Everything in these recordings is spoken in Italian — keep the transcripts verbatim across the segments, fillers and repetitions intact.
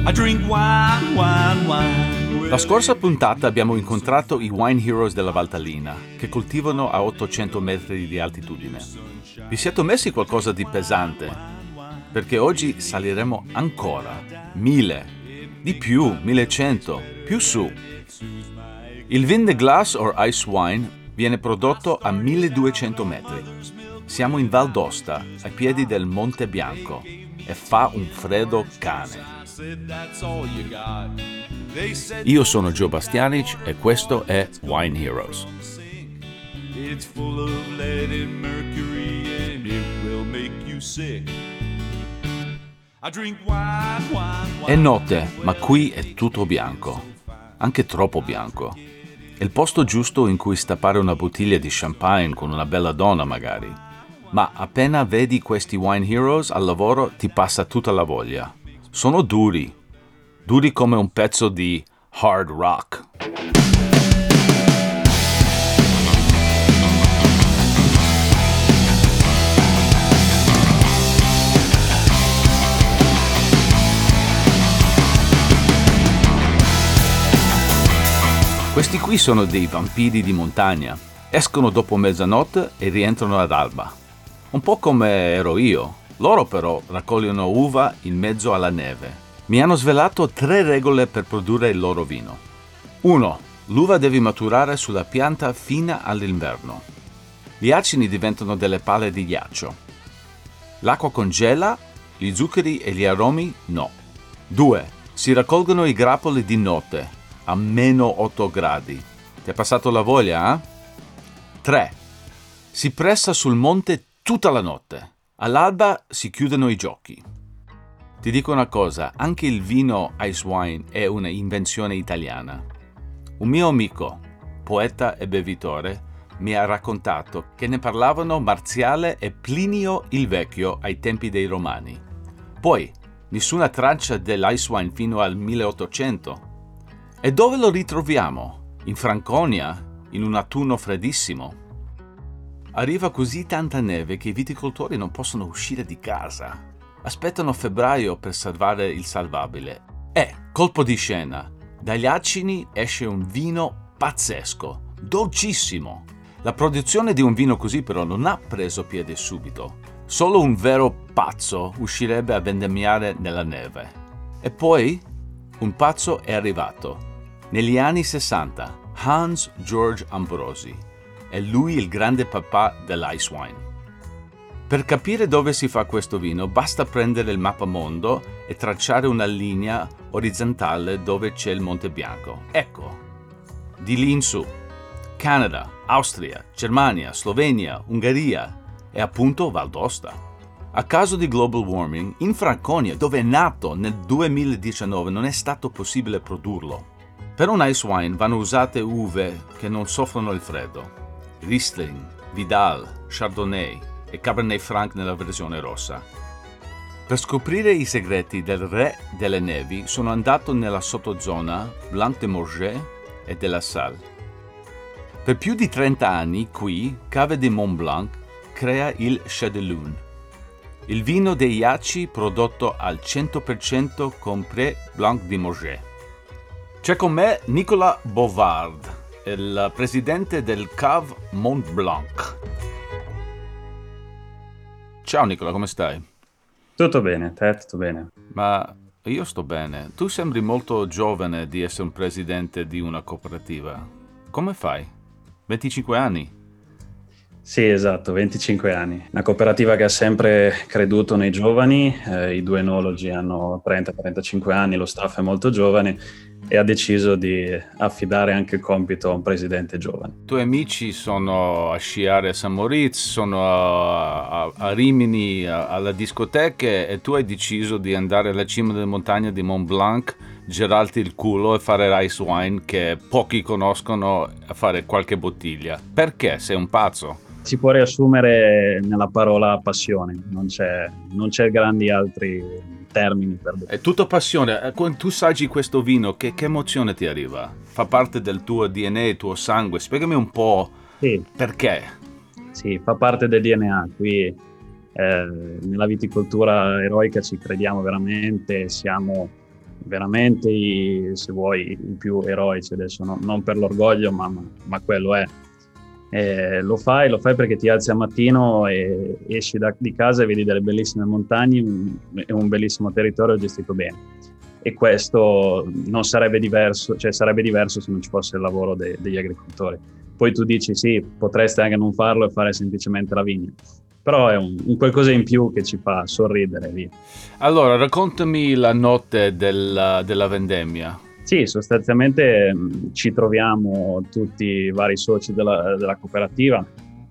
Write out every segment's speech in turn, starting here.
I drink wine, wine, wine. La scorsa puntata abbiamo incontrato i Wine Heroes della Valtellina, che coltivano a ottocento metri di altitudine. Vi siete messi qualcosa di pesante? Perché oggi saliremo ancora, mille, di più, millecento, più su. Il vin de glace o ice wine viene prodotto a milleduecento metri. Siamo in Val d'Osta, ai piedi del Monte Bianco, e fa un freddo cane. Io sono Joe Bastianic e questo è Wine Heroes. It's full of lead and mercury and it will make you sick. I drink wine, wine, wine. È notte, ma qui è tutto bianco, anche troppo bianco. È il posto giusto in cui stappare una bottiglia di champagne con una bella donna magari. Ma appena vedi questi Wine Heroes al lavoro ti passa tutta la voglia. Sono duri, duri come un pezzo di hard rock. Questi qui sono dei vampiri di montagna. Escono dopo mezzanotte e rientrano ad alba. Un po' come ero io. Loro però raccogliono uva in mezzo alla neve. Mi hanno svelato tre regole per produrre il loro vino. uno. L'uva deve maturare sulla pianta fino all'inverno. Gli acini diventano delle palle di ghiaccio. L'acqua congela, gli zuccheri e gli aromi no. due. Si raccolgono i grappoli di notte, a meno otto gradi. Ti è passato la voglia, eh? tre. Si pressa sul monte tutta la notte. All'alba si chiudono i giochi. Ti dico una cosa, anche il vino ice wine è una invenzione italiana. Un mio amico, poeta e bevitore, mi ha raccontato che ne parlavano Marziale e Plinio il Vecchio ai tempi dei Romani. Poi, nessuna traccia dell'ice wine fino al milleottocento. E dove lo ritroviamo? In Franconia? In un autunno freddissimo? Arriva così tanta neve che i viticoltori non possono uscire di casa. Aspettano febbraio per salvare il salvabile. E, colpo di scena, dagli acini esce un vino pazzesco, dolcissimo. La produzione di un vino così però non ha preso piede subito. Solo un vero pazzo uscirebbe a vendemmiare nella neve. E poi un pazzo è arrivato. Negli anni sessanta, Hans Georg Ambrosi. È lui il grande papà dell'ice wine. Per capire dove si fa questo vino, basta prendere il mappamondo e tracciare una linea orizzontale dove c'è il Monte Bianco. Ecco, di lì in su, Canada, Austria, Germania, Slovenia, Ungheria e appunto Val d'Osta. A causa di global warming, in Franconia, dove è nato nel duemiladiciannove, non è stato possibile produrlo. Per un ice wine vanno usate uve che non soffrono il freddo. Riesling, Vidal, Chardonnay e Cabernet Franc nella versione rossa. Per scoprire i segreti del re delle nevi sono andato nella sottozona Blanc de Morges e de la Salle. Per più di trenta anni qui Cave de Mont Blanc crea il Chadelune, il vino dei ghiacci prodotto al cento per cento con Pré Blanc de Morges. C'è con me Nicolas Bovard, il presidente del Cave Mont Blanc. Ciao Nicola, come stai? Tutto bene, te tutto bene? Ma io sto bene. Tu sembri molto giovane di essere un presidente di una cooperativa. Come fai? venticinque anni? Sì, esatto, venticinque anni. Una cooperativa che ha sempre creduto nei giovani, eh, i due enologi hanno trenta trentacinque anni, lo staff è molto giovane e ha deciso di affidare anche il compito a un presidente giovane. I tuoi amici sono a sciare a San Moritz, sono a, a, a Rimini, a, alla discoteca e tu hai deciso di andare alla cima della montagna di Mont Blanc, girarti il culo e fare ice wine che pochi conoscono a fare qualche bottiglia. Perché? Sei un pazzo? Si può riassumere nella parola passione, non c'è, non c'è grandi altri termini per dire. È tutto passione. Quando tu assaggi questo vino, che, che emozione ti arriva? Fa parte del tuo D N A, il tuo sangue? Spiegami un po' sì. Perché. Sì, fa parte del D N A. Qui eh, nella viticoltura eroica ci crediamo veramente, siamo veramente i, se vuoi, i più eroici adesso, no? Non per l'orgoglio, ma, ma, ma quello è. Eh, lo fai, lo fai perché ti alzi al mattino e esci da, di casa e vedi delle bellissime montagne e un, un bellissimo territorio gestito bene. E questo non sarebbe diverso, cioè sarebbe diverso se non ci fosse il lavoro de, degli agricoltori. Poi tu dici sì, potreste anche non farlo e fare semplicemente la vigna, però è un, un qualcosa in più che ci fa sorridere, via. Allora, raccontami la notte della, della vendemmia. Sì, sostanzialmente mh, ci troviamo tutti i vari soci della, della cooperativa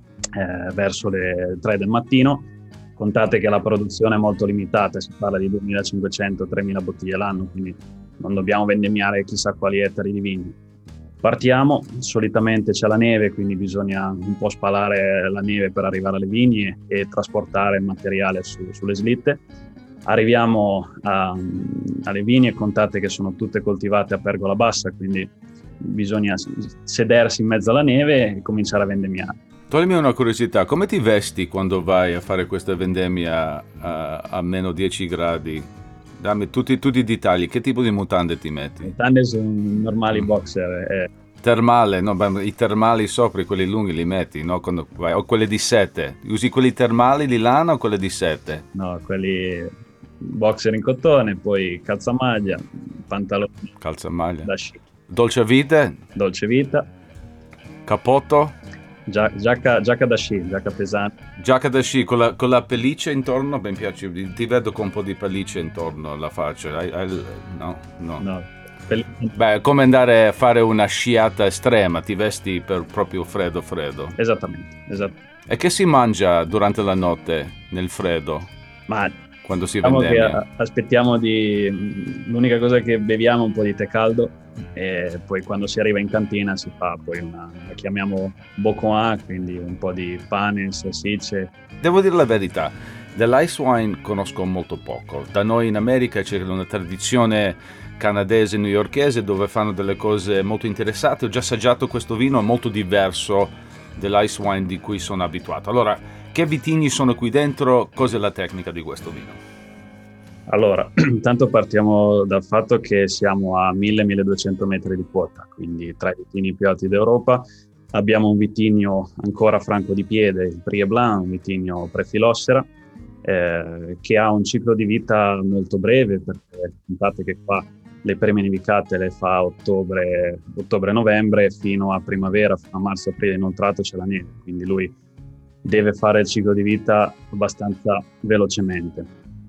eh, verso le tre del mattino. Contate che la produzione è molto limitata, si parla di duemilacinquecento tremila bottiglie l'anno, quindi non dobbiamo vendemmiare chissà quali ettari di vino. Partiamo, solitamente c'è la neve, quindi bisogna un po' spalare la neve per arrivare alle vigne e trasportare il materiale su, sulle slitte. Arriviamo a, alle vigne, contate che sono tutte coltivate a pergola bassa, quindi bisogna sedersi in mezzo alla neve e cominciare a vendemmiare. Toglimi una curiosità, come ti vesti quando vai a fare questa vendemmia a, a meno dieci gradi? Dammi tutti, tutti i dettagli, che tipo di mutande ti metti? Mutande sono normali Mm. boxer. Eh. Termale, no, beh, i termali sopra, quelli lunghi li metti, no? Quando vai, o quelli di sette. Usi quelli termali di lana o quelli di sette? No, quelli boxer in cotone, poi calzamaglia, pantaloni Calzamaglia. da sci, Dolce vite, dolce vita, cappotto, gia- giacca, giacca da sci, giacca pesante. giacca da sci con la, con la pelliccia intorno, ben piace, ti vedo con un po' di pelliccia intorno alla faccia. Hai- hai- no, no. No, pel- Beh, è come andare a fare una sciata estrema, ti vesti per proprio freddo freddo. esattamente, esatto. E che si mangia durante la notte nel freddo, Ma quando si diciamo che vendemmia? a- aspettiamo di... L'unica cosa che beviamo è un po' di tè caldo e poi quando si arriva in cantina si fa poi una, la chiamiamo bocoin, quindi un po' di pane, salsicce. Devo dire la verità, dell'ice wine conosco molto poco. Da noi in America c'è una tradizione canadese, newyorkese, dove fanno delle cose molto interessanti. Ho già assaggiato questo vino, è molto diverso dell'ice wine di cui sono abituato. Allora, che vitigni sono qui dentro? Cos'è la tecnica di questo vino? Allora, intanto partiamo dal fatto che siamo a mille milleduecento metri di quota, quindi tra i vitigni più alti d'Europa. Abbiamo un vitigno ancora franco di piede, il Prix Blanc, un vitigno prefilossera, eh, che ha un ciclo di vita molto breve, perché contate che qua le prime nevicate le fa ottobre, ottobre-novembre, fino a primavera, fino a marzo-aprile inoltrato c'è la neve, quindi lui deve fare il ciclo di vita abbastanza velocemente.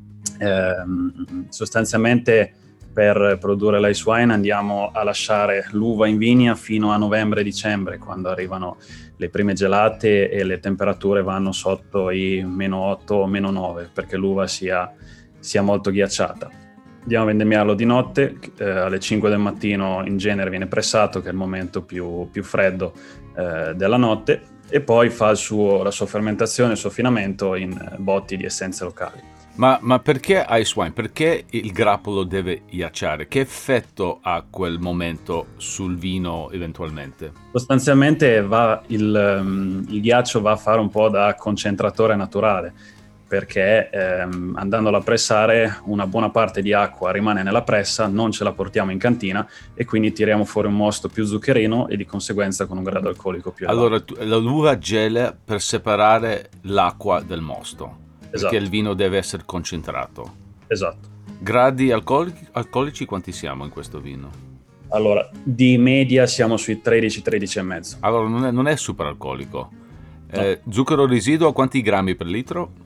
Eh, sostanzialmente per produrre l'ice wine andiamo a lasciare l'uva in vigna fino a novembre-dicembre, quando arrivano le prime gelate e le temperature vanno sotto i meno otto o meno nove, perché l'uva sia, sia molto ghiacciata. Andiamo a vendemmiarlo di notte, eh, alle cinque del mattino in genere viene pressato, che è il momento più, più freddo eh, della notte, e poi fa il suo, la sua fermentazione, il suo affinamento in botti di essenze locali. Ma, ma perché ice wine? Perché il grappolo deve ghiacciare? Che effetto ha quel momento sul vino eventualmente? Sostanzialmente va il, um, il ghiaccio va a fare un po' da concentratore naturale, perché ehm, andandolo a pressare una buona parte di acqua rimane nella pressa, non ce la portiamo in cantina e quindi tiriamo fuori un mosto più zuccherino e di conseguenza con un grado alcolico più elevato. Allora, tu- l'uva gela per separare l'acqua del mosto, Esatto. perché il vino deve essere concentrato. Esatto. Gradi alcolici, alcolici quanti siamo in questo vino? Allora, di media siamo sui tredici tredici e mezzo. Allora, non è, non è super alcolico. No. Eh, zucchero residuo, quanti grammi per litro?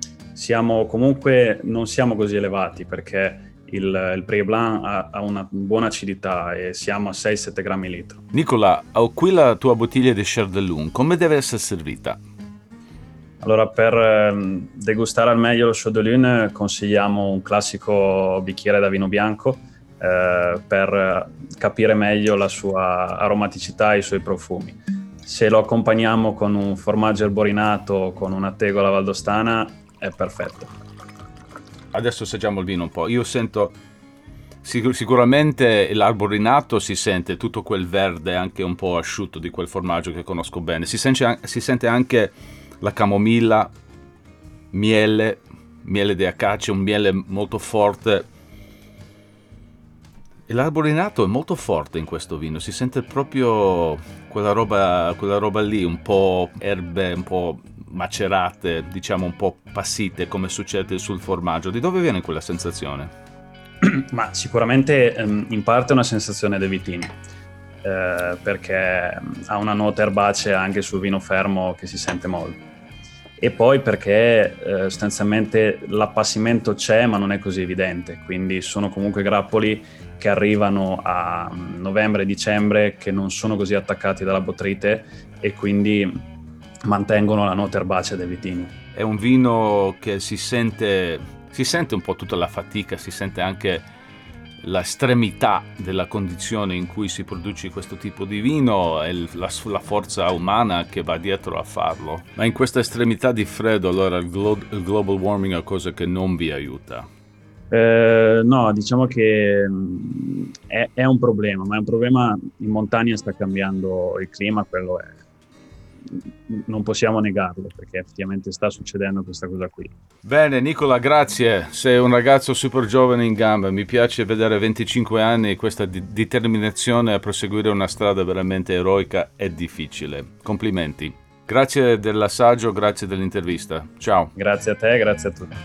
Siamo comunque, non siamo così elevati perché il, il Prix Blanc ha, ha una buona acidità e siamo a sei sette grammi litro. Nicola, ho qui la tua bottiglia di Chardonnay, come deve essere servita? Allora, per ehm, degustare al meglio lo Chardonnay consigliamo un classico bicchiere da vino bianco eh, per capire meglio la sua aromaticità e i suoi profumi. Se lo accompagniamo con un formaggio erborinato, con una tegola valdostana, è perfetto. Adesso assaggiamo il vino un po'. Io sento sicur- sicuramente l'arborinato, si sente tutto quel verde anche un po' asciutto di quel formaggio che conosco bene. Si sente, si sente anche la camomilla, miele, miele di acacia, un miele molto forte. E l'arborinato è molto forte in questo vino, si sente proprio quella roba, quella roba lì, un po' erbe, un po' macerate, diciamo un po' passite, come succede sul formaggio. Di dove viene quella sensazione? Ma sicuramente ehm, in parte è una sensazione dei vitini, eh, perché ha una nota erbacea anche sul vino fermo che si sente molto. E poi perché eh, sostanzialmente l'appassimento c'è ma non è così evidente, quindi sono comunque grappoli che arrivano a novembre-dicembre che non sono così attaccati dalla botryte e quindi mantengono la nota erbacea dei vitini. È un vino che si sente, si sente un po' tutta la fatica, si sente anche l'estremità della condizione in cui si produce questo tipo di vino e la, la forza umana che va dietro a farlo. Ma in questa estremità di freddo, allora il, glo- il global warming è cosa che non vi aiuta? Eh, no, diciamo che mh, è, è un problema, ma è un problema in montagna, sta cambiando il clima, quello è. Non possiamo negarlo perché effettivamente sta succedendo questa cosa qui. Bene Nicola, grazie, sei un ragazzo super giovane in gamba, mi piace vedere venticinque anni e questa di- determinazione a proseguire una strada veramente eroica e difficile. Complimenti. Grazie dell'assaggio, grazie dell'intervista. Ciao. Grazie a te, grazie a tutti.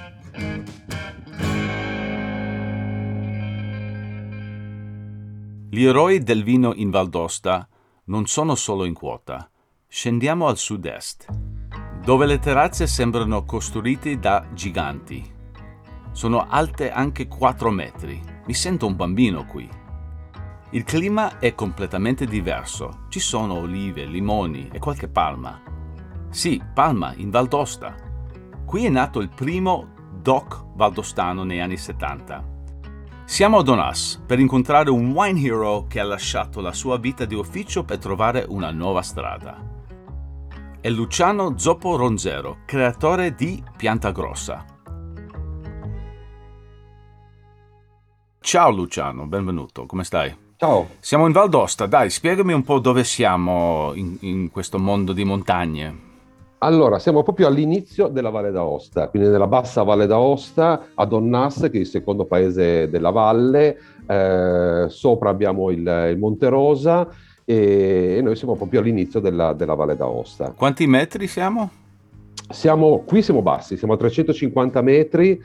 Gli eroi del vino in Val d'Aosta non sono solo in quota. Scendiamo al sud-est, dove le terrazze sembrano costruite da giganti. Sono alte anche quattro metri. Mi sento un bambino qui. Il clima è completamente diverso. Ci sono olive, limoni e qualche palma. Sì, palma in Val d'Aosta. Qui è nato il primo doc valdostano negli anni settanta. Siamo a Donas per incontrare un wine hero che ha lasciato la sua vita di ufficio per trovare una nuova strada. È Luciano Zoppo Ronzero, creatore di Piantagrossa. Ciao Luciano, benvenuto, come stai? Ciao. Siamo in Val d'Aosta, dai, spiegami un po' dove siamo in, in questo mondo di montagne. Allora, siamo proprio all'inizio della Valle d'Aosta, quindi nella bassa Valle d'Aosta, a Donnas, che è il secondo paese della valle. Eh, sopra abbiamo il, il Monte Rosa e, e noi siamo proprio all'inizio della, della Valle d'Aosta. Quanti metri siamo? Siamo, qui siamo bassi, siamo a trecentocinquanta metri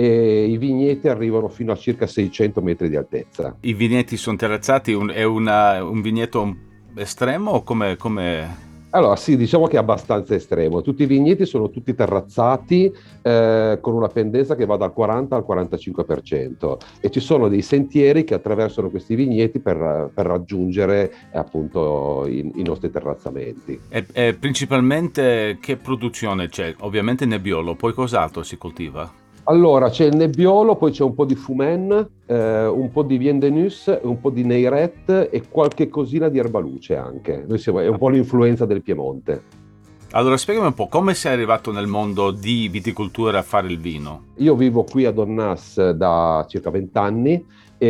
e i vigneti arrivano fino a circa seicento metri di altezza. I vigneti sono terrazzati, un, è una, un vigneto estremo o come... come... Allora sì, diciamo che è abbastanza estremo. Tutti i vigneti sono tutti terrazzati eh, con una pendenza che va dal quaranta al quarantacinque per cento e ci sono dei sentieri che attraversano questi vigneti per, per raggiungere eh, appunto i, i nostri terrazzamenti. E, e principalmente che produzione c'è? Ovviamente Nebbiolo, poi cos'altro si coltiva? Allora, c'è il Nebbiolo, poi c'è un po' di Fumen, eh, un po' di Vien de Nus, un po' di Neiret e qualche cosina di Erbaluce anche. Noi siamo, è un po' l'influenza del Piemonte. Allora, spiegami un po', come sei arrivato nel mondo di viticoltura a fare il vino? Io vivo qui a Donnas da circa vent'anni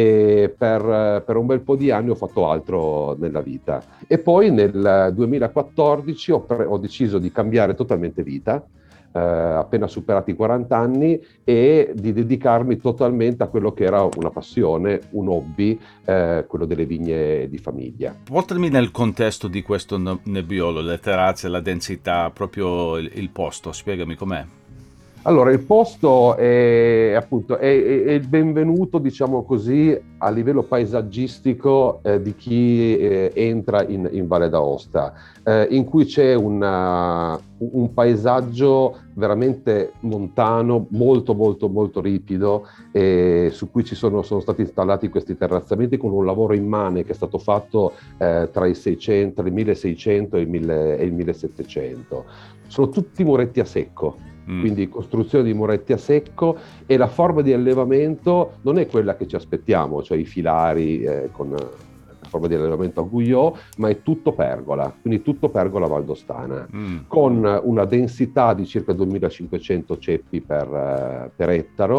e per, per un bel po' di anni ho fatto altro nella vita. E poi nel duemilaquattordici ho, pre- ho deciso di cambiare totalmente vita, Eh, appena superati i quaranta anni, e di dedicarmi totalmente a quello che era una passione, un hobby, eh, quello delle vigne di famiglia. Portami nel contesto di questo Nebbiolo, le terrazze, la densità, proprio il, il posto, spiegami com'è. Allora, il posto è appunto è, è, è il benvenuto, diciamo così, a livello paesaggistico eh, di chi eh, entra in, in Valle d'Aosta, eh, in cui c'è una, un paesaggio veramente montano, molto molto molto ripido, eh, su cui ci sono, sono stati installati questi terrazzamenti con un lavoro immane che è stato fatto eh, tra, i seicento, tra il milleseicento e il, mille, e il millesettecento. Sono tutti muretti a secco. Mm. Quindi costruzione di muretti a secco, e la forma di allevamento non è quella che ci aspettiamo, cioè i filari eh, con la forma di allevamento a Guyot, ma è tutto pergola, quindi tutto pergola valdostana, mm. con una densità di circa duemilacinquecento ceppi per, per ettaro,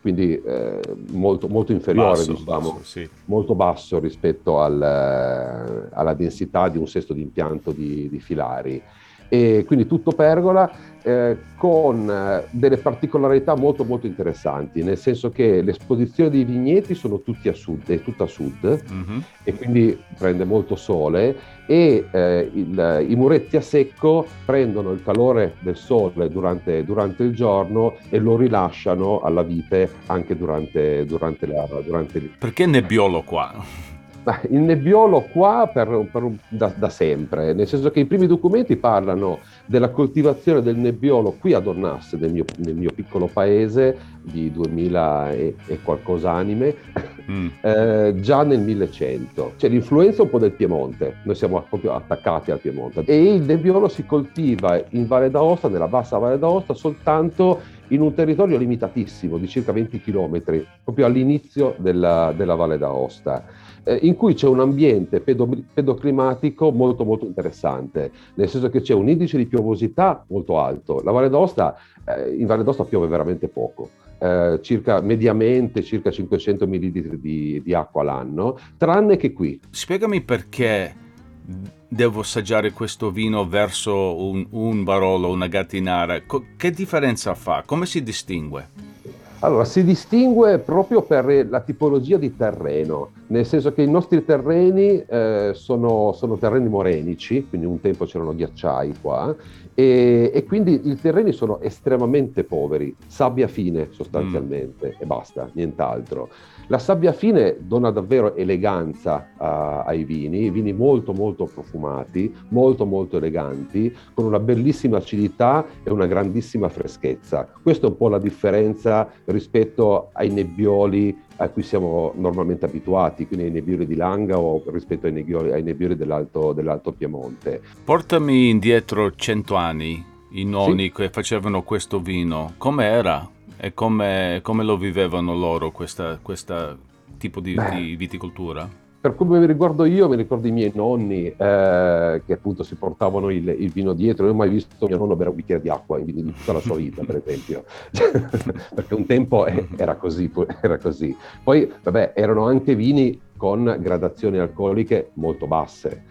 quindi eh, molto, molto inferiore, Basso, diciamo, basso, sì. molto basso rispetto al, eh, alla densità di un sesto di impianto di, di filari. E quindi tutto pergola, eh, con eh, delle particolarità molto molto interessanti, nel senso che l'esposizione dei vigneti sono tutti a sud, è tutta a sud, Mm-hmm. e quindi prende molto sole, e eh, il, i muretti a secco prendono il calore del sole durante, durante il giorno e lo rilasciano alla vite anche durante, durante la... Durante il... Perché nebbiolo qua? Il nebbiolo qua per, per, da, da sempre, nel senso che i primi documenti parlano della coltivazione del nebbiolo qui ad Ornasse, nel mio, nel mio piccolo paese di duemila e, e qualcosa anime, mm. eh, già nel millecento. C'è l'influenza un po' del Piemonte, noi siamo proprio attaccati al Piemonte, e il nebbiolo si coltiva in Valle d'Aosta, nella bassa Valle d'Aosta, soltanto in un territorio limitatissimo di circa venti chilometri, proprio all'inizio della, della Valle d'Aosta, eh, in cui c'è un ambiente pedo, pedoclimatico molto molto interessante, nel senso che c'è un indice di piovosità molto alto. La Valle d'Aosta, eh, in Valle d'Aosta piove veramente poco, eh, circa, mediamente circa cinquecento millilitri di, di acqua l'anno, tranne che qui. Spiegami perché devo assaggiare questo vino verso un, un Barolo, una Gattinara. Co- che differenza fa? Come si distingue? Allora, si distingue proprio per la tipologia di terreno, nel senso che i nostri terreni eh, sono, sono terreni morenici, quindi un tempo c'erano ghiacciai qua, e, e quindi i terreni sono estremamente poveri, sabbia fine sostanzialmente, mm. e basta, nient'altro. La sabbia fine dona davvero eleganza uh, ai vini, vini molto molto profumati, molto molto eleganti, con una bellissima acidità e una grandissima freschezza. Questa è un po' la differenza rispetto ai nebbioli a cui siamo normalmente abituati, quindi ai nebbioli di Langa o rispetto ai nebbioli, ai nebbioli dell'Alto, dell'Alto Piemonte. Portami indietro cento anni, i nonni sì? che facevano questo vino, come era? E come, come lo vivevano loro, questa, questa tipo di, di viticoltura? Per come mi ricordo io, mi ricordo i miei nonni eh, che appunto si portavano il, il vino dietro. Non ho mai visto mio nonno bere un bicchiere di acqua in, in tutta la sua vita, per esempio, perché un tempo era così, era così. Poi, vabbè, erano anche vini con gradazioni alcoliche molto basse.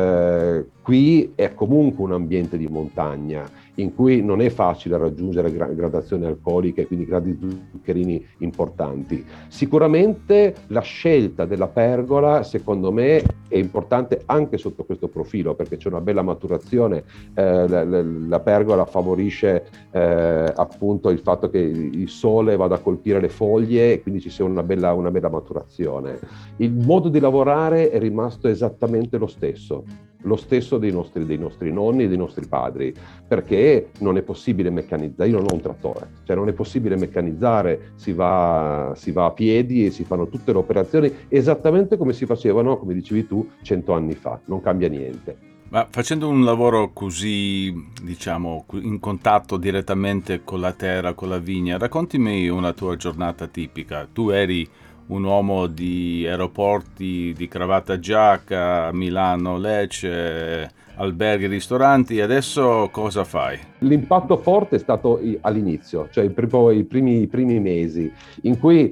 Eh, qui è comunque un ambiente di montagna in cui non è facile raggiungere gra- gradazioni alcoliche, quindi gradi zuccherini importanti. Sicuramente la scelta della pergola, secondo me, è importante anche sotto questo profilo, perché c'è una bella maturazione. Eh, la, la, la pergola favorisce eh, appunto il fatto che il sole vada a colpire le foglie e quindi ci sia una bella, una bella maturazione. Il modo di lavorare è rimasto esattamente lo stesso, lo stesso dei nostri, dei nostri nonni e dei nostri padri, perché non è possibile meccanizzare. Io non ho un trattore, cioè non è possibile meccanizzare, si va, si va a piedi e si fanno tutte le operazioni esattamente come si facevano, come dicevi tu, cento anni fa, non cambia niente. Ma facendo un lavoro così, diciamo, in contatto direttamente con la terra, con la vigna, raccontami una tua giornata tipica. Tu eri un uomo di aeroporti, di cravatta e giacca, Milano, Lecce, alberghi, ristoranti, adesso cosa fai? L'impatto forte è stato all'inizio, cioè i primi, i primi, i primi mesi, in cui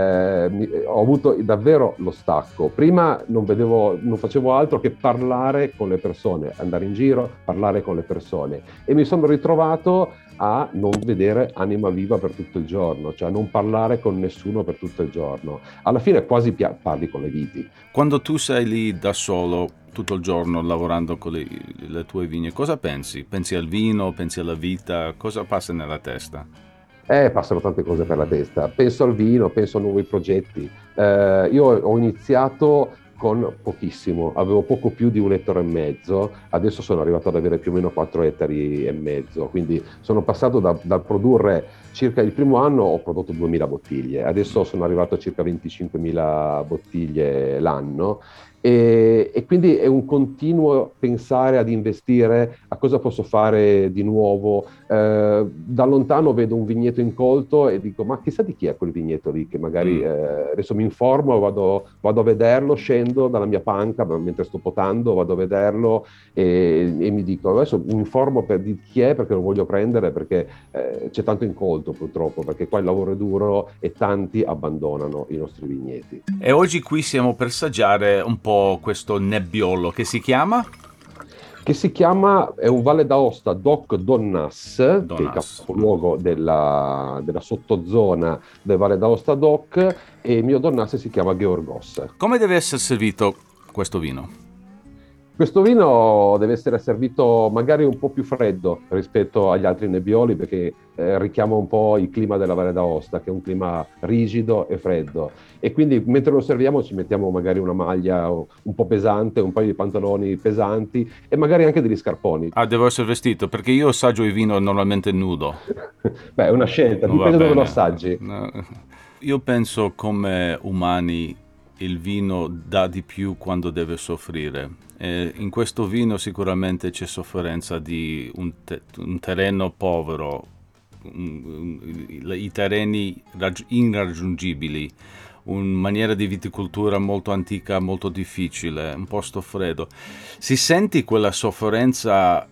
eh, ho avuto davvero lo stacco. Prima non vedevo, non facevo altro che parlare con le persone, andare in giro, parlare con le persone, e mi sono ritrovato a non vedere anima viva per tutto il giorno, cioè a non parlare con nessuno per tutto il giorno. Alla fine quasi pia- parli con le viti. Quando tu sei lì da solo tutto il giorno lavorando con le, le tue vigne, cosa pensi? Pensi al vino, pensi alla vita? Cosa passa nella testa? Eh, passano tante cose per la testa. Penso al vino, penso a nuovi progetti. Eh, io ho iniziato con pochissimo, avevo poco più di un ettaro e mezzo, adesso sono arrivato ad avere più o meno quattro ettari e mezzo, quindi sono passato da, dal produrre circa, il primo anno ho prodotto duemila bottiglie, adesso sono arrivato a circa venticinquemila bottiglie l'anno, E, e quindi è un continuo pensare ad investire, a cosa posso fare di nuovo. Eh, da lontano vedo un vigneto incolto e dico, ma chissà di chi è quel vigneto lì, che magari eh, adesso mi informo, vado, vado a vederlo, scendo dalla mia panca mentre sto potando, vado a vederlo e, e mi dico, adesso mi informo per, di chi è, perché lo voglio prendere, perché eh, c'è tanto incolto purtroppo, perché qua il lavoro è duro e tanti abbandonano i nostri vigneti. E oggi qui siamo per assaggiare un po' questo nebbiolo che si chiama? Che si chiama, è un Valle d'Aosta Doc Donnas, Donnas. che è il capoluogo della, della sottozona del Valle d'Aosta Doc, e il mio Donnas si chiama Georgos. Come deve essere servito questo vino? Questo vino deve essere servito magari un po' più freddo rispetto agli altri nebbioli, perché eh, richiama un po' il clima della Valle d'Aosta, che è un clima rigido e freddo. E quindi mentre lo serviamo ci mettiamo magari una maglia un po' pesante, un paio di pantaloni pesanti e magari anche degli scarponi. Ah, devo essere vestito, perché io assaggio il vino normalmente nudo. Beh, è una scelta, Non dipende va dove lo bene. assaggi. No. Io penso come umani il vino dà di più quando deve soffrire. E in questo vino sicuramente c'è sofferenza di un, te- un terreno povero, un, un, i terreni raggi- irraggiungibili, una maniera di viticoltura molto antica, molto difficile, un posto freddo. Si senti quella sofferenza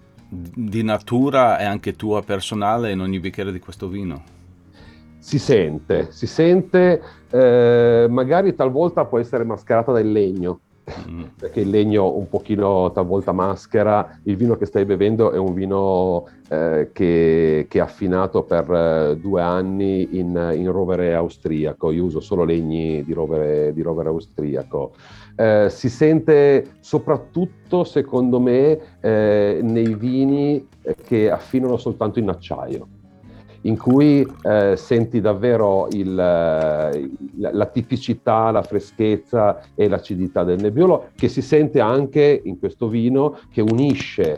di natura e anche tua personale in ogni bicchiere di questo vino? Si sente, si sente, eh, magari talvolta può essere mascherata dal legno, mm. perché il legno un pochino talvolta maschera. Il vino che stai bevendo è un vino eh, che, che è affinato per eh, due anni in, in rovere austriaco. Io uso solo legni di rovere, di rovere austriaco. Eh, si sente soprattutto, secondo me, eh, nei vini che affinano soltanto in acciaio, in cui eh, senti davvero il, la, la tipicità, la freschezza e l'acidità del nebbiolo, che si sente anche in questo vino, che unisce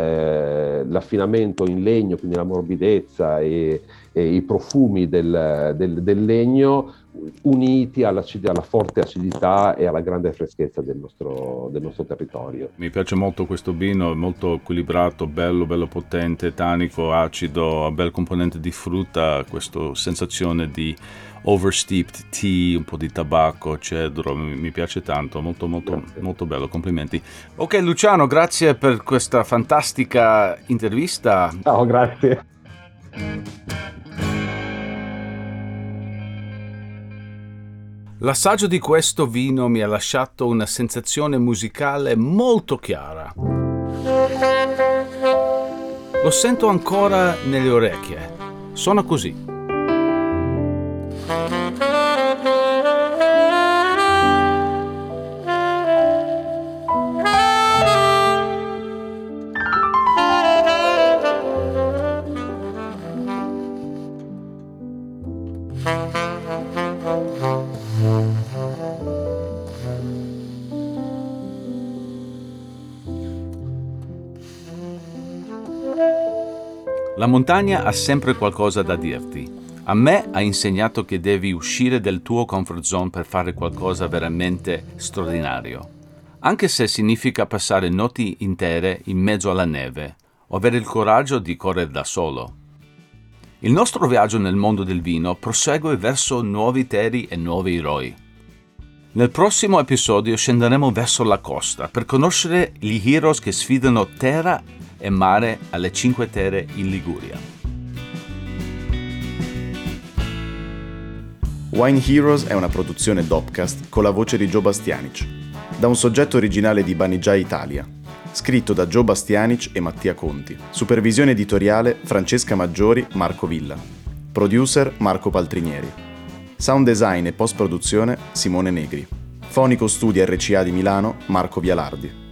eh, l'affinamento in legno, quindi la morbidezza e, e i profumi del, del, del legno, uniti alla forte acidità e alla grande freschezza del nostro, del nostro territorio. Mi piace molto questo vino, è molto equilibrato, bello, bello potente, tanico, acido, bel componente di frutta, questa sensazione di oversteeped tea, un po' di tabacco, cedro, mi, mi piace tanto, molto molto grazie. Molto bello, complimenti. Ok Luciano, grazie per questa fantastica intervista. Ciao, grazie. L'assaggio di questo vino mi ha lasciato una sensazione musicale molto chiara. Lo sento ancora nelle orecchie. Suona così. La montagna ha sempre qualcosa da dirti. A me ha insegnato che devi uscire dal tuo comfort zone per fare qualcosa veramente straordinario. Anche se significa passare notti intere in mezzo alla neve o avere il coraggio di correre da solo. Il nostro viaggio nel mondo del vino prosegue verso nuovi terri e nuovi eroi. Nel prossimo episodio scenderemo verso la costa per conoscere gli heroes che sfidano terra e mare alle Cinque Terre in Liguria. Wine Heroes è una produzione Dopcast con la voce di Joe Bastianic, da un soggetto originale di Banijay Italia, scritto da Joe Bastianic e Mattia Conti, supervisione editoriale Francesca Maggiori, Marco Villa, producer Marco Paltrinieri, sound design e post-produzione Simone Negri, fonico studio R C A di Milano Marco Vialardi.